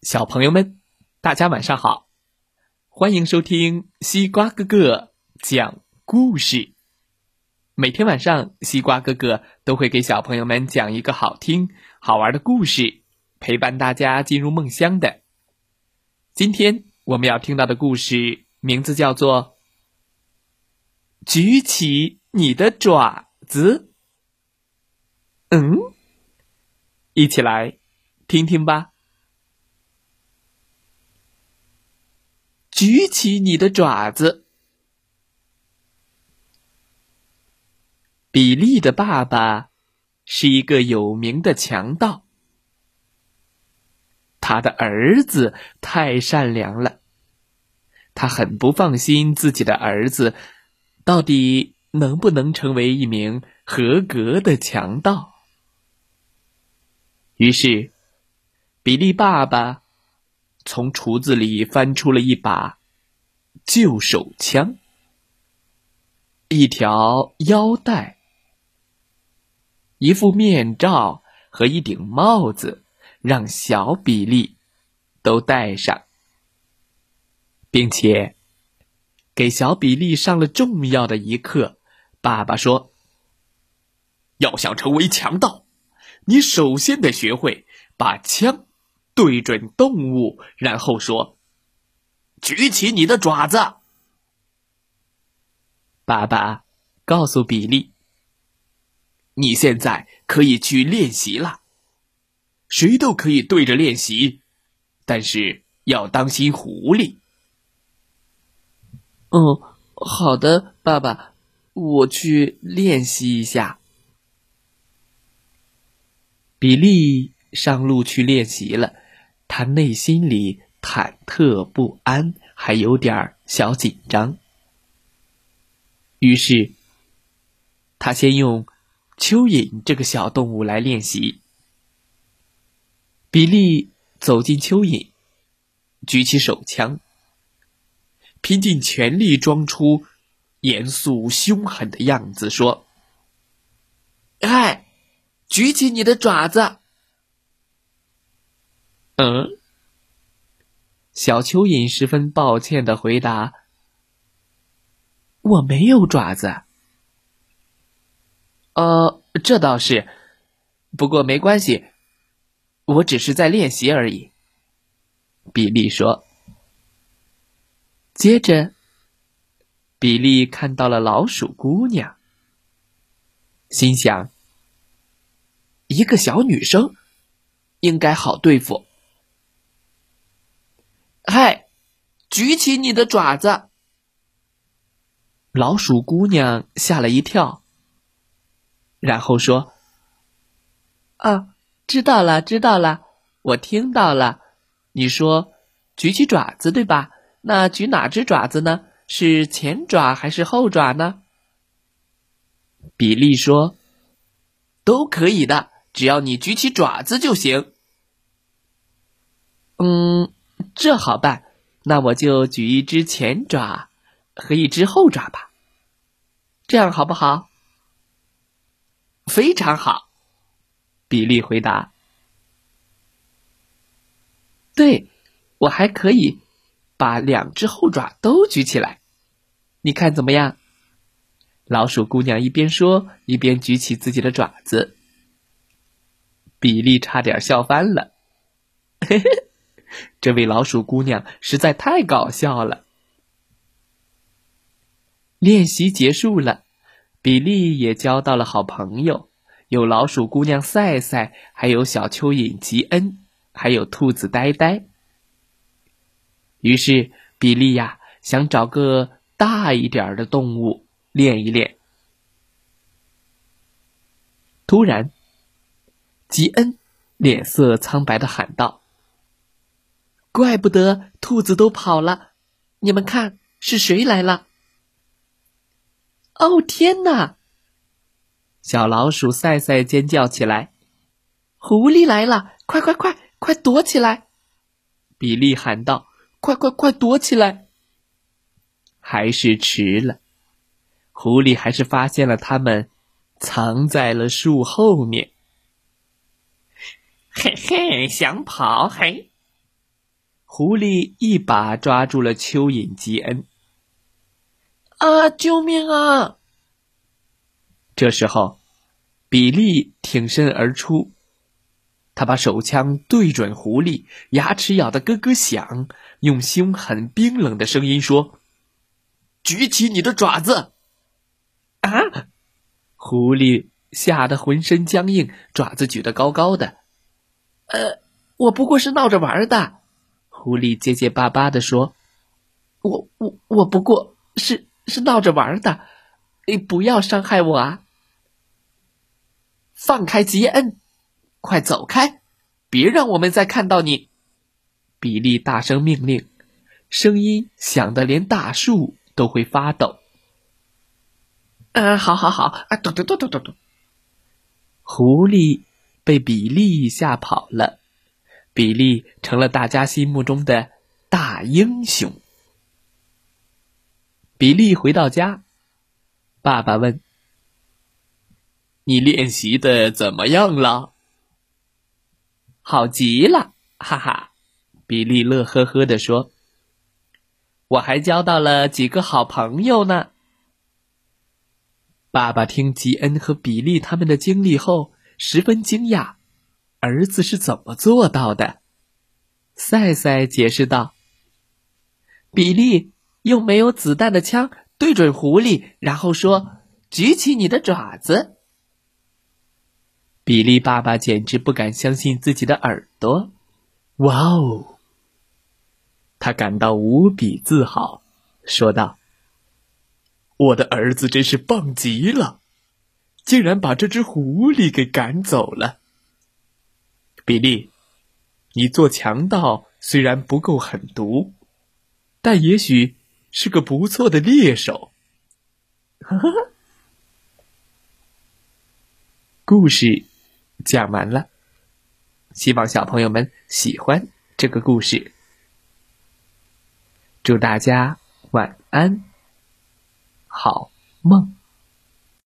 小朋友们，大家晚上好，欢迎收听西瓜哥哥讲故事。每天晚上，西瓜哥哥都会给小朋友们讲一个好听、好玩的故事，陪伴大家进入梦乡的。今天我们要听到的故事名字叫做《举起你的爪子》。一起来听听吧。举起你的爪子。比利的爸爸是一个有名的强盗，他的儿子太善良了，他很不放心自己的儿子到底能不能成为一名合格的强盗。于是，比利爸爸从橱子里翻出了一把旧手枪，一条腰带，一副面罩和一顶帽子，让小比利都戴上，并且给小比利上了重要的一课。爸爸说，要想成为强盗，你首先得学会把枪对准动物，然后说，举起你的爪子。爸爸告诉比利，你现在可以去练习了，谁都可以对着练习，但是要当心狐狸。好的，爸爸，我去练习一下。比利上路去练习了，他内心里忐忑不安，还有点小紧张。于是，他先用蚯蚓这个小动物来练习。比利走进蚯蚓，举起手枪，拼尽全力装出严肃凶狠的样子，说，嗨，举起你的爪子。小蚯蚓十分抱歉地回答，我没有爪子。这倒是，不过没关系，我只是在练习而已。比利说。接着，比利看到了老鼠姑娘，心想，一个小女生应该好对付。嗨，举起你的爪子。老鼠姑娘吓了一跳，然后说，知道了，知道了，我听到了。你说举起爪子，对吧？那举哪只爪子呢？是前爪还是后爪呢？比利说，都可以的，只要你举起爪子就行。这好办，那我就举一只前爪和一只后爪吧，这样好不好？非常好，比利回答。对，我还可以把两只后爪都举起来，你看怎么样？老鼠姑娘一边说，一边举起自己的爪子。比利差点笑翻了。嘿嘿，这位老鼠姑娘实在太搞笑了。练习结束了，比利也交到了好朋友，有老鼠姑娘赛赛，还有小蚯蚓吉恩，还有兔子呆呆。于是比利呀，想找个大一点的动物练一练。突然，吉恩脸色苍白地喊道，怪不得兔子都跑了，你们看是谁来了？哦，天哪！小老鼠赛赛尖叫起来，狐狸来了，快快快，快躲起来！比利喊道，快快快躲起来！还是迟了，狐狸还是发现了他们，藏在了树后面。嘿嘿，想跑嘿？ 狐狸一把抓住了蚯蚓吉恩。 啊！救命啊！ 这时候，比利挺身而出，他把手枪对准狐狸，牙齿咬得咯咯响，用凶狠冰冷的声音说：“举起你的爪子！” 啊！ 狐狸吓得浑身僵硬，爪子举得高高的。 我不过是闹着玩的。 狐狸结结巴巴地说：“ 我不过是闹着玩的，不要伤害我啊！放开吉恩，快走开，别让我们再看到你！” 比利大声命令，声音响得连大树都会发抖。 好啊！咚咚咚咚咚咚！ 狐狸被比利吓跑了，比利成了大家心目中的大英雄。比利回到家，爸爸问：“你练习的怎么样了？”“ 好极了，哈哈！” 比利乐呵呵地说，“ 我还交到了几个好朋友呢。” 爸爸听吉恩和比利他们的经历后十分惊讶，儿子是怎么做到的？赛赛解释道：“ 比利用没有子弹的枪对准狐狸，然后说：‘举起你的爪子。’” 比利爸爸简直不敢相信自己的耳朵。哇哦！他感到无比自豪，说道：“我的儿子真是棒极了，竟然把这只狐狸给赶走了。比利，你做强盗虽然不够狠毒，但也许是个不错的猎手。” 呵呵呵。 故事讲完了，希望小朋友们喜欢这个故事。祝大家晚安，好梦。